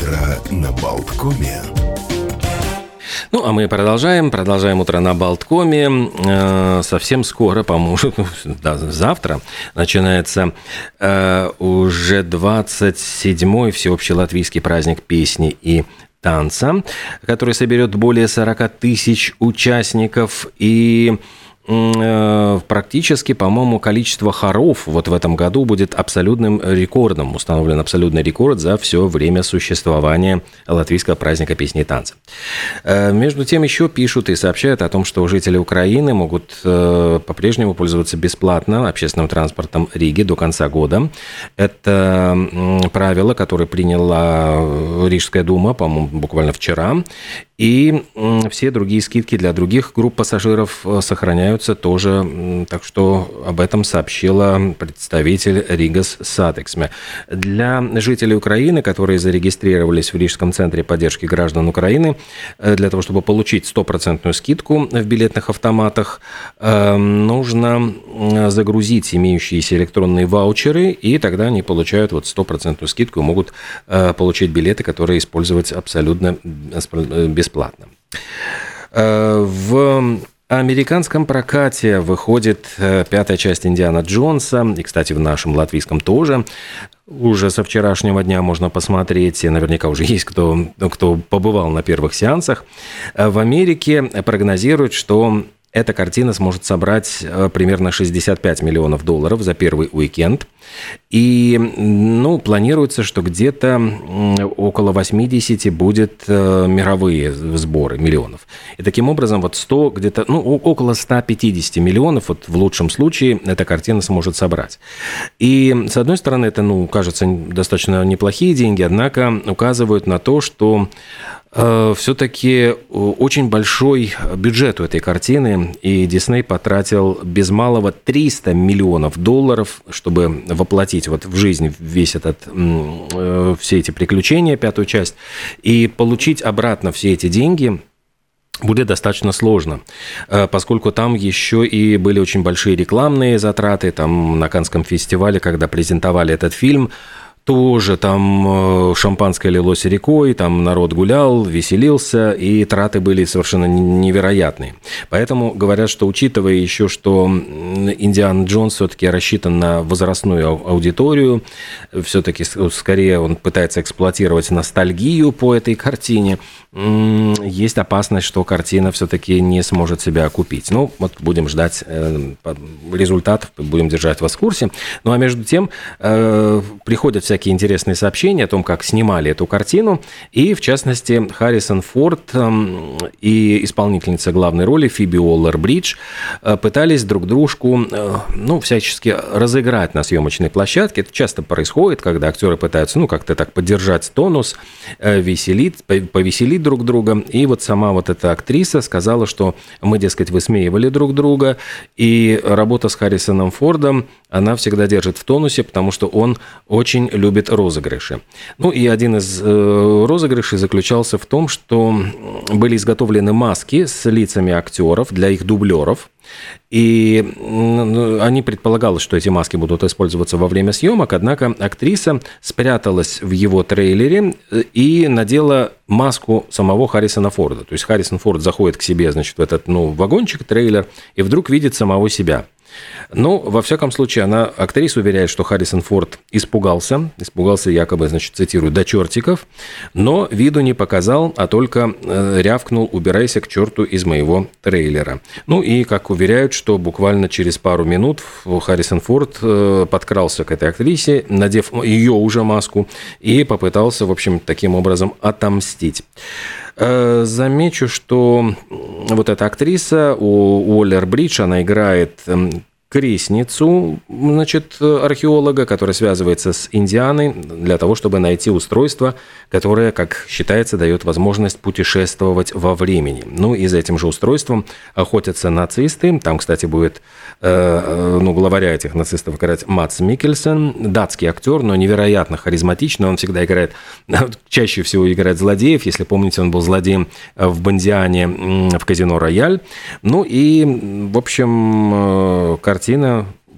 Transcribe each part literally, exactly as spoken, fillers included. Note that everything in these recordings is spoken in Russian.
Утро на Болткоме. Ну, а мы продолжаем, продолжаем утро на Болткоме. Э, совсем скоро, по-моему, да, завтра начинается э, уже двадцать седьмой всеобщий латвийский праздник песни и танца, который соберет более сорок тысяч участников. И практически, по-моему, количество хоров вот в этом году будет абсолютным рекордом. Установлен абсолютный рекорд за все время существования латвийского праздника песни и танца. Между тем, еще пишут и сообщают о том, что жители Украины могут по-прежнему пользоваться бесплатно общественным транспортом Риги до конца года. Это правило, которое приняла Рижская дума, по-моему, буквально вчера. И все другие скидки для других групп пассажиров сохраняются тоже, так что об этом сообщила представитель Ригас Сатексме. Для жителей Украины, которые зарегистрировались в Рижском центре поддержки граждан Украины, для того, чтобы получить стопроцентную скидку в билетных автоматах, нужно загрузить имеющиеся электронные ваучеры, и тогда они получают вот стопроцентную скидку и могут получить билеты, которые использовать абсолютно бесплатно. Бесплатно. В американском прокате выходит пятая часть «Индиана Джонса», и, кстати, в нашем латвийском тоже. Уже со вчерашнего дня можно посмотреть, и наверняка уже есть кто, кто побывал на первых сеансах. В Америке прогнозируют, что эта картина сможет собрать примерно шестьдесят пять миллионов долларов за первый уикенд. И ну, планируется, что где-то около восемьдесят будет мировые сборы миллионов. И таким образом вот сто, где-то, ну, около ста пятидесяти миллионов вот в лучшем случае эта картина сможет собрать. И с одной стороны это, ну, кажется, достаточно неплохие деньги, однако указывают на то, что все-таки очень большой бюджет у этой картины, и Дисней потратил без малого триста миллионов долларов, чтобы воплотить вот в жизнь весь этот, все эти приключения, пятую часть, и получить обратно все эти деньги будет достаточно сложно, поскольку там еще и были очень большие рекламные затраты, там на Каннском фестивале, когда презентовали этот фильм, тоже там шампанское лилось рекой, там народ гулял, веселился, и траты были совершенно невероятные. Поэтому говорят, что учитывая еще, что «Индиана Джонс» все-таки рассчитан на возрастную аудиторию, все-таки скорее он пытается эксплуатировать ностальгию по этой картине, есть опасность, что картина все-таки не сможет себя окупить. Ну, вот будем ждать результатов, будем держать вас в курсе. Ну, а между тем приходят всякие интересные сообщения о том, как снимали эту картину, и, в частности, Харрисон Форд и исполнительница главной роли Фиби Уоллер-Бридж пытались друг дружку, ну, всячески разыграть на съемочной площадке. Это часто происходит, когда актеры пытаются, ну, как-то так поддержать тонус, веселить, повеселить друг друга, и вот сама вот эта актриса сказала, что мы, дескать, высмеивали друг друга, и работа с Харрисоном Фордом, она всегда держит в тонусе, потому что он очень любит розыгрыши. Ну и один из э, розыгрышей заключался в том, что были изготовлены маски с лицами актеров для их дублеров, и они предполагалось, что эти маски будут использоваться во время съемок, однако актриса спряталась в его трейлере и надела маску самого Харрисона Форда. То есть Харрисон Форд заходит к себе, значит, в этот, ну, вагончик, трейлер, и вдруг видит самого себя. Ну, во всяком случае, она, актриса уверяет, что Харрисон Форд испугался, испугался якобы, значит, цитирую, до чертиков, но виду не показал, а только э, рявкнул: «Убирайся к черту из моего трейлера». Ну и, как уверяют, что буквально через пару минут Харрисон Форд э, подкрался к этой актрисе, надев ее уже маску, и попытался, в общем, таким образом отомстить. Замечу, что вот эта актриса Уоллер-Бридж, она играет крестницу, значит, археолога, который связывается с Индианой для того, чтобы найти устройство, которое, как считается, дает возможность путешествовать во времени. Ну и за этим же устройством охотятся нацисты. Там, кстати, будет э, ну, главаря этих нацистов играть Мадс Миккельсен, датский актер, но невероятно харизматичный. Он всегда играет, чаще всего играет злодеев. Если помните, он был злодеем в «Бондиане» в «Казино Рояль». Ну и, в общем, картина Картина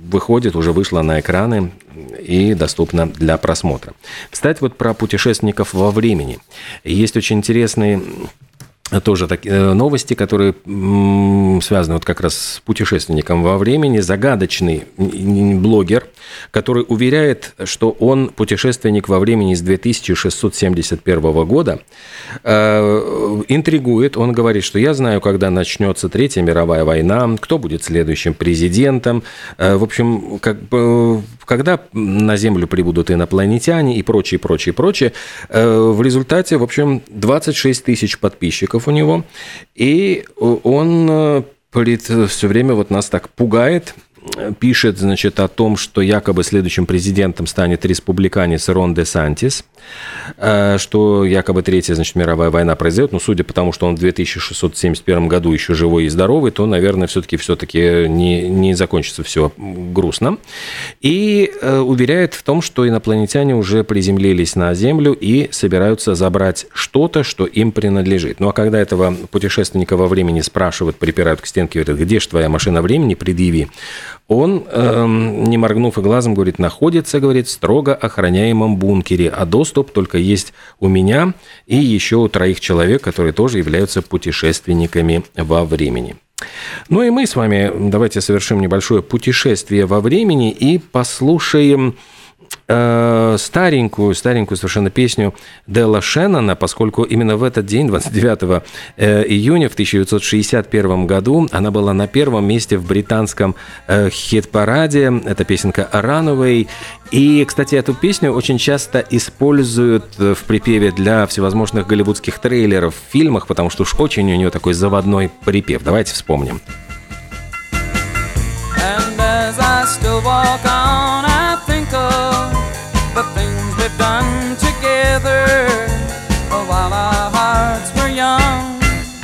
выходит, уже вышла на экраны и доступна для просмотра. Кстати, вот про путешественников во времени. Есть очень интересный... Тоже такие новости, которые связаны вот как раз с путешественником во времени. Загадочный блогер, который уверяет, что он путешественник во времени с две тысячи шестьсот семьдесят первого года, интригует. Он говорит, что я знаю, когда начнется Третья мировая война, кто будет следующим президентом. В общем, как бы, когда на Землю прибудут инопланетяне и прочее, прочее, прочее. В результате, в общем, двадцать шесть тысяч подписчиков у него, и он все время вот нас так пугает, пишет, значит, о том, что якобы следующим президентом станет республиканец Рон де Сантис, что якобы Третья, значит, мировая война произойдет, но судя по тому, что он в две тысячи шестьсот семьдесят первом году еще живой и здоровый, то, наверное, все-таки все-таки не, не закончится все грустно. И уверяет в том, что инопланетяне уже приземлились на Землю и собираются забрать что-то, что им принадлежит. Ну, а когда этого путешественника во времени спрашивают, припирают к стенке, говорят, где же твоя машина времени, предъяви. Он, эм, не моргнув и глазом, говорит, находится, говорит, в строго охраняемом бункере, а доступ только есть у меня и еще у троих человек, которые тоже являются путешественниками во времени. Ну и мы с вами давайте совершим небольшое путешествие во времени и послушаем старенькую, старенькую совершенно песню Делла Шеннона, поскольку именно в этот день, двадцать девятого июня в тысяча девятьсот шестьдесят первом году, она была на первом месте в британском хит-параде. Это песенка «Runaway». И, кстати, эту песню очень часто используют в припеве для всевозможных голливудских трейлеров в фильмах, потому что уж очень у нее такой заводной припев. Давайте вспомним. And as I still walk on, I think of the things we've done together while our hearts were young.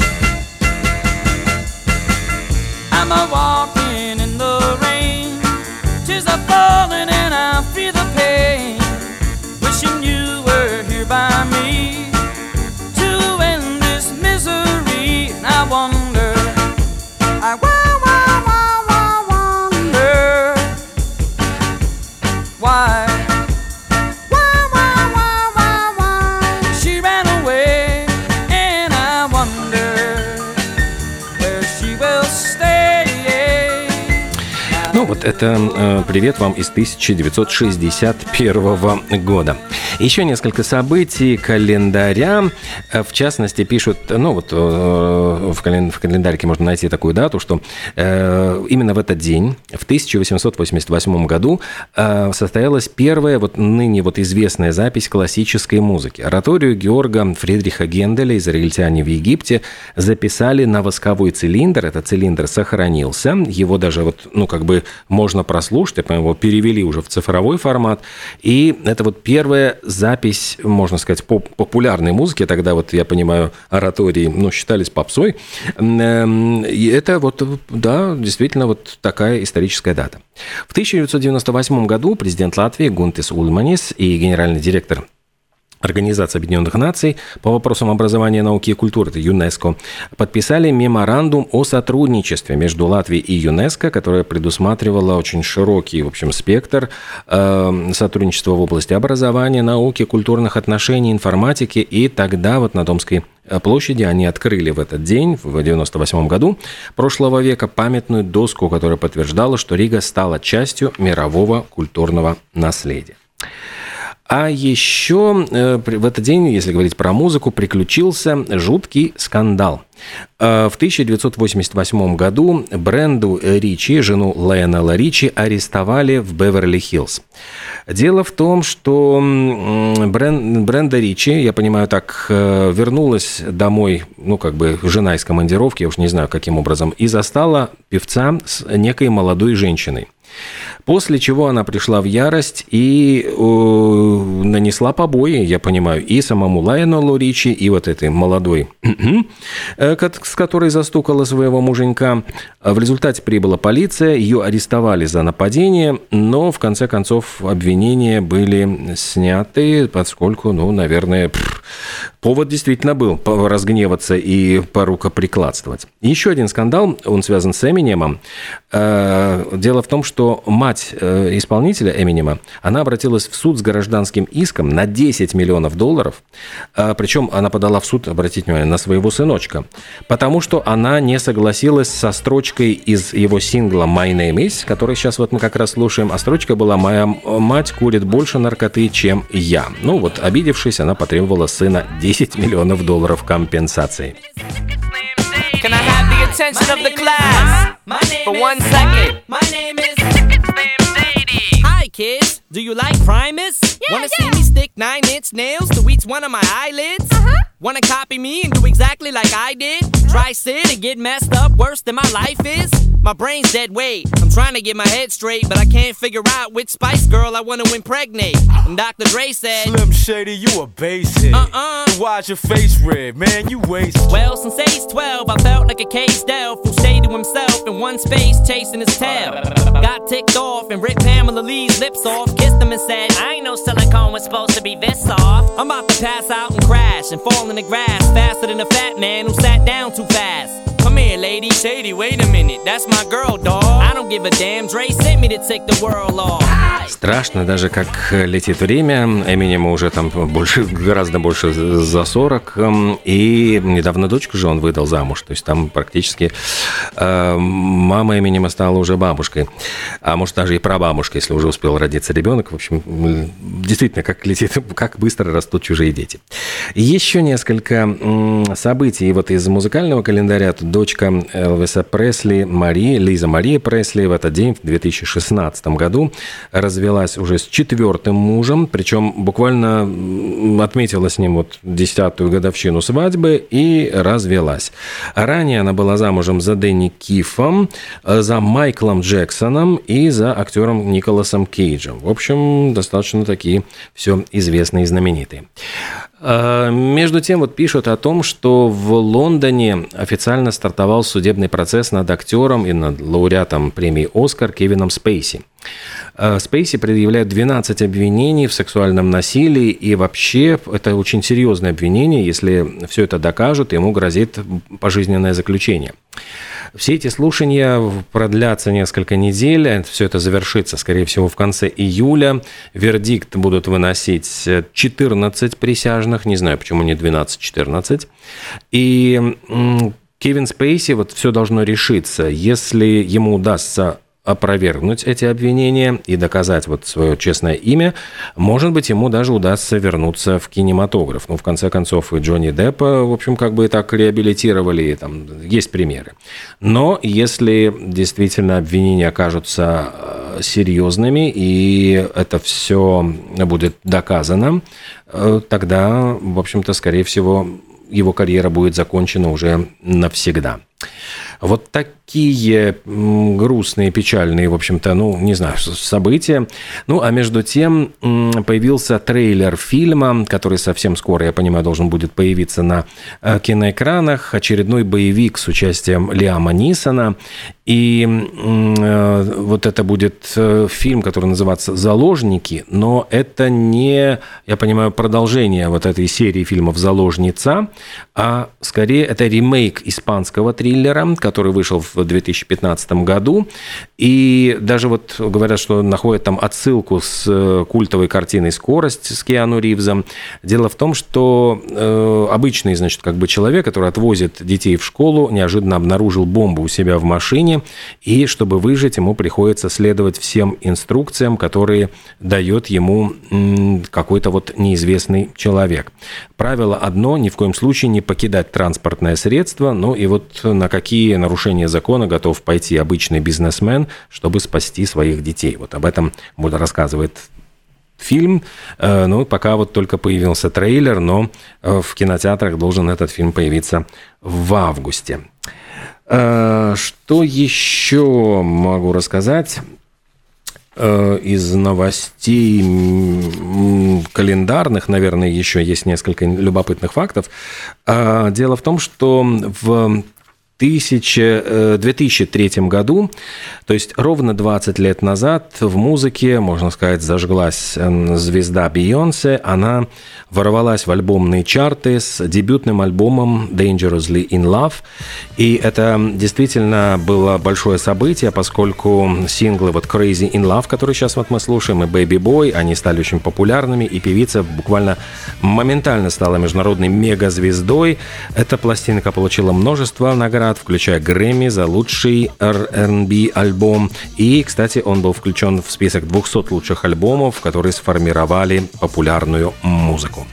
Am I walking in the rain? Tears are falling and I feel the pain. Wishing you were here by me to end this misery. And I wonder, I wonder why, why, why, why, why, why she ran away, and I wonder where she will stay. Ну вот это э, привет вам из тысяча девятьсот шестьдесят первого года. Еще несколько событий календаря. В частности, пишут, ну вот в календарике можно найти такую дату, что именно в этот день, в тысяча восемьсот восемьдесят восьмом году, состоялась первая вот ныне вот известная запись классической музыки. Ораторию Георга Фридриха Генделя «Израильтяне в Египте» записали на восковой цилиндр. Этот цилиндр сохранился. Его даже вот, ну, как бы можно прослушать. Его перевели уже в цифровой формат. И это вот первая запись, можно сказать, поп- популярной музыки. Тогда, вот, я понимаю, оратории, ну, считались попсой. И это вот, да, действительно вот такая историческая дата. В тысяча девятьсот девяносто восьмом году президент Латвии Гунтис Ульманис и генеральный директор Организации Объединенных Наций по вопросам образования, науки и культуры, это ЮНЕСКО, подписали меморандум о сотрудничестве между Латвией и ЮНЕСКО, которое предусматривало очень широкий, в общем, спектр э, сотрудничества в области образования, науки, культурных отношений, информатики. И тогда вот на Домской площади они открыли в этот день, в девяносто восьмом году прошлого века, памятную доску, которая подтверждала, что Рига стала частью мирового культурного наследия. А еще в этот день, если говорить про музыку, приключился жуткий скандал. В тысяча девятьсот восемьдесят восьмом году Бренду Ричи, жену Лайонела Ричи, арестовали в Беверли-Хиллз. Дело в том, что Брен, Бренда Ричи, я понимаю так, вернулась домой, ну, как бы жена из командировки, я уж не знаю, каким образом, и застала певца с некой молодой женщиной. После чего она пришла в ярость и э, нанесла побои, я понимаю, и самому Лайонелу Ричи, и вот этой молодой, э, с которой застукала своего муженька. В результате прибыла полиция, ее арестовали за нападение, но в конце концов обвинения были сняты, поскольку, ну, наверное, пфф, повод действительно был разгневаться и порукоприкладствовать. Еще один скандал, он связан с Эминемом. Дело в том, что мать исполнителя Эминема, она обратилась в суд с гражданским иском на десять миллионов долларов. Причем она подала в суд, обратите внимание, на своего сыночка, потому что она не согласилась со строчкой из его сингла «My Name Is», который сейчас вот мы как раз слушаем, а строчка была «Моя мать курит больше наркоты, чем я». Ну вот, обидевшись, она потребовала сына десять миллионов долларов компенсации. Can I have the attention of the class for one second? My name is Hi kids, do you like Primus? Yeah, Wanna yeah. see me stick nine-inch nails to each one of my eyelids? Uh-huh. Wanna copy me and do exactly like I did? Try sit and get messed up worse than my life is? My brain's dead weight. I'm trying to get my head straight, but I can't figure out which Spice Girl I wanna impregnate. And Doctor Dre said, Slim Shady, you a basic. Uh-uh. Why's your face red? Man, you wasted. Well, since age twelve, I felt like a caged elf who stayed to himself in one space chasing his tail. Got ticked off and ripped Pamela Lee's lips off, kissed him and said, I ain't no silicone was supposed to be this soft. I'm about to pass out and crash and fall in the grass faster than a fat man who sat down too fast. Come here, lady. Shady, wait a minute. That's my girl, dog. I don't give a damn. Dre sent me to take the world off. Страшно даже, как летит время. Эминему уже там больше, гораздо больше за сорок. И недавно дочку же он выдал замуж. То есть там практически э, мама Эминема стала уже бабушкой. А может, даже и прабабушкой, если уже успел родиться ребенок. В общем, действительно, как летит, как быстро растут чужие дети. Еще несколько событий вот из музыкального календаря. Тут дочка Элвиса Пресли, Мари, Лиза Мария Пресли, в этот день, в две тысячи шестнадцатом году, развелась уже с четвертым мужем, причем буквально отметила с ним вот десятую годовщину свадьбы и развелась. Ранее она была замужем за Дэнни Кифом, за Майклом Джексоном и за актером Николасом Кейджем. В общем, достаточно такие все известные и знаменитые. Между тем, вот пишут о том, что в Лондоне официально стартовал судебный процесс над актером и над лауреатом премии «Оскар» Кевином Спейси. Спейси предъявляет двенадцать обвинений в сексуальном насилии, и вообще это очень серьезное обвинение. Если все это докажут, ему грозит пожизненное заключение. Все эти слушания продлятся несколько недель. Все это завершится, скорее всего, в конце июля. Вердикт будут выносить четырнадцать присяжных. Не знаю, почему не двенадцать-четырнадцать. И Кевин Спейси, вот все должно решиться. Если ему удастся опровергнуть эти обвинения и доказать вот свое честное имя, может быть, ему даже удастся вернуться в кинематограф. Ну, в конце концов, и Джонни Деппа, в общем, как бы и так реабилитировали, и там есть примеры. Но если действительно обвинения окажутся серьезными, и это все будет доказано, тогда, в общем-то, скорее всего, его карьера будет закончена уже навсегда. Вот такие грустные, печальные, в общем-то, ну, не знаю, события. Ну, а между тем появился трейлер фильма, который совсем скоро, я понимаю, должен будет появиться на киноэкранах. Очередной боевик с участием Лиама Нисона. И вот это будет фильм, который называется «Заложники», но это не, я понимаю, продолжение вот этой серии фильмов «Заложница», а скорее это ремейк испанского триллера, который вышел в две тысячи пятнадцатом году. И даже вот говорят, что находят там отсылку с культовой картиной «Скорость» с Киану Ривзом. Дело в том, что э, обычный, значит, как бы человек, который отвозит детей в школу, неожиданно обнаружил бомбу у себя в машине, и чтобы выжить, ему приходится следовать всем инструкциям, которые дает ему м, какой-то вот неизвестный человек. Правило одно: ни в коем случае не покидать транспортное средство. Ну и вот на какие нарушения закона готов пойти обычный бизнесмен, чтобы спасти своих детей. Вот об этом рассказывает фильм. Ну, пока вот только появился трейлер, но в кинотеатрах должен этот фильм появиться в августе. Что еще могу рассказать из новостей календарных? Наверное, еще есть несколько любопытных фактов. Дело в том, что в две тысячи третьем году, то есть ровно двадцать лет назад, в музыке, можно сказать, зажглась звезда Бейонсе. Она ворвалась в альбомные чарты с дебютным альбомом Dangerously in Love. И это действительно было большое событие, поскольку синглы вот Crazy in Love, который сейчас вот мы слушаем, и Baby Boy, они стали очень популярными, и певица буквально моментально стала международной мегазвездой. Эта пластинка получила множество наград, включая Грэмми за лучший ар энд би альбом. И, кстати, он был включен в список двухсот лучших альбомов, которые сформировали популярную музыку.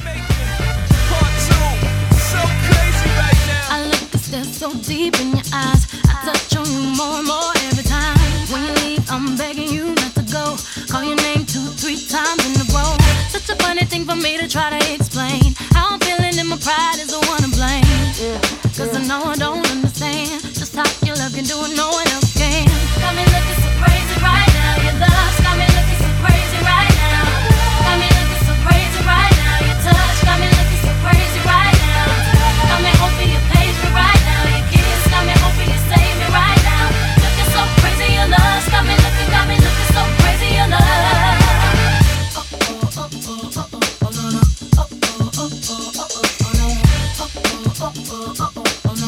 Cause I know I don't understand just how your love can do it, no one else can. Got me looking so crazy right now, your love got me looking so crazy right now. Got me looking so crazy right now, your touch got me looking so crazy right now. Got me hoping you page me right now, your kiss got me hoping you save me right now. Looking so crazy, your love got me looking, got me looking so crazy, your love. Oh oh oh oh oh oh oh no no. Oh oh oh oh oh oh oh no. Oh oh oh oh oh oh.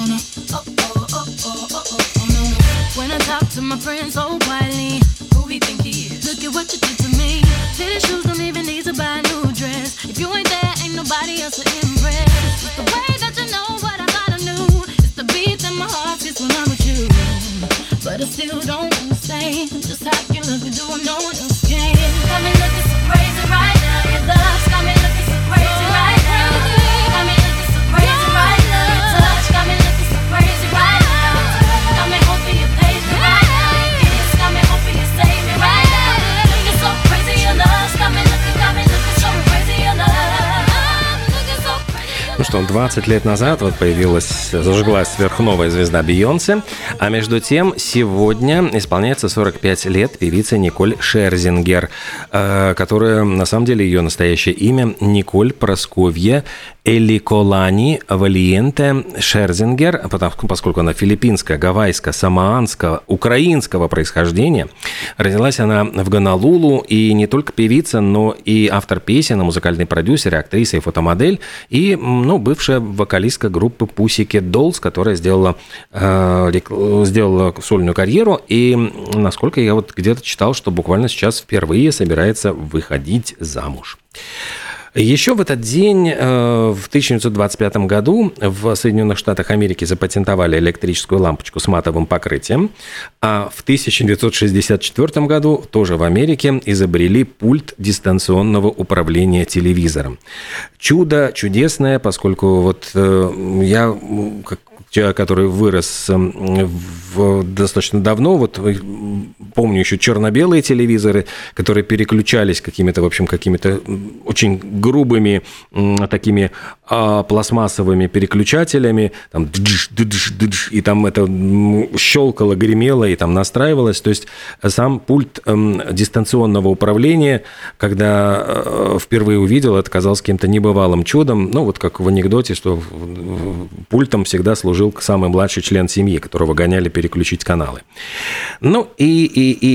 When I talk to my friends so quietly, who we think he is? Look at what you did to me. Fitted shoes don't even need to buy a new dress. If you ain't there, ain't nobody else to impress. It's the way that you know what I thought I knew. It's the beat that my heart gets when I'm with you. But I still don't understand just how you look and do what no one else can. Got me looking so crazy right now. Your love's got me looking so crazy right now. Got me looking so crazy right now. Your touch got me looking so crazy right now. Got me hoping you page me right now. Your kiss got me hoping you save me right now. Looking so crazy, your love's got me looking, got me looking so crazy, your love. Looking so crazy. Ну что, двадцать лет назад вот появилась, зажглась сверхновая звезда Бейонсе, а между тем сегодня исполняется сорок пять лет певице Николь Шерзингер, которая, на самом деле, ее настоящее имя Николь Прасковья Эликолани Валиенте Шерзингер, поскольку она филиппинская, гавайская, самоанского, украинского происхождения. Родилась она в Гонолулу, и не только певица, но и автор песен, музыкальный продюсер, актриса и фотомодель, и ну, бывшая вокалистка группы Pussycat Dolls, которая сделала, э, сделала сольную карьеру, и, насколько я вот где-то читал, что буквально сейчас впервые собирается выходить замуж. Еще в этот день, в тысяча девятьсот двадцать пятом году, в Соединенных Штатах Америки запатентовали электрическую лампочку с матовым покрытием, а в тысяча девятьсот шестьдесят четвёртом году тоже в Америке изобрели пульт дистанционного управления телевизором. Чудо чудесное, поскольку вот я, как человек, который вырос в, достаточно давно, вот помню еще черно-белые телевизоры, которые переключались какими-то, в общем, какими-то очень грубыми такими а, пластмассовыми переключателями, там, дж, дж, дж, и там это щелкало, гремело, и там настраивалось. То есть сам пульт э, дистанционного управления, когда э, впервые увидел, это казалось каким-то небывалым чудом. Ну, вот как в анекдоте, что пультом всегда служил самый младший член семьи, которого гоняли переключить каналы. Ну, и, и, и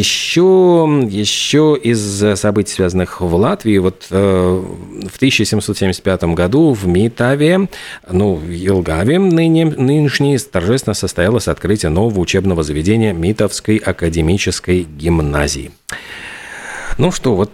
еще, еще из событий, связанных в Латвии, вот э, в тысяча семьсот семьдесят пятом году в Митаве, ну, в Елгаве, ныне, нынешней, торжественно состоялось открытие нового учебного заведения Митовской академической гимназии. Ну что, вот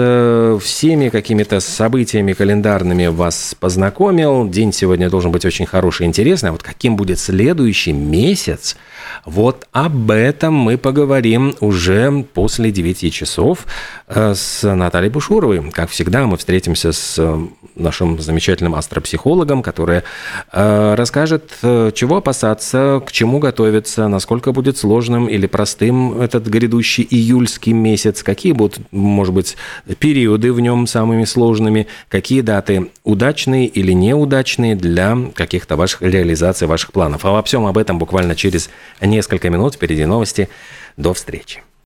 с всеми какими-то событиями календарными вас познакомил. День сегодня должен быть очень хороший и интересный. А вот каким будет следующий месяц, вот об этом мы поговорим уже после девяти часов с Натальей Бушуровой. Как всегда, мы встретимся с нашим замечательным астропсихологом, который расскажет, чего опасаться, к чему готовиться, насколько будет сложным или простым этот грядущий июльский месяц, какие будут, может быть, периоды в нем самыми сложными, какие даты удачные или неудачные для каких-то ваших реализаций, ваших планов. А во всем об этом буквально через несколько минут. Впереди новости. До встречи.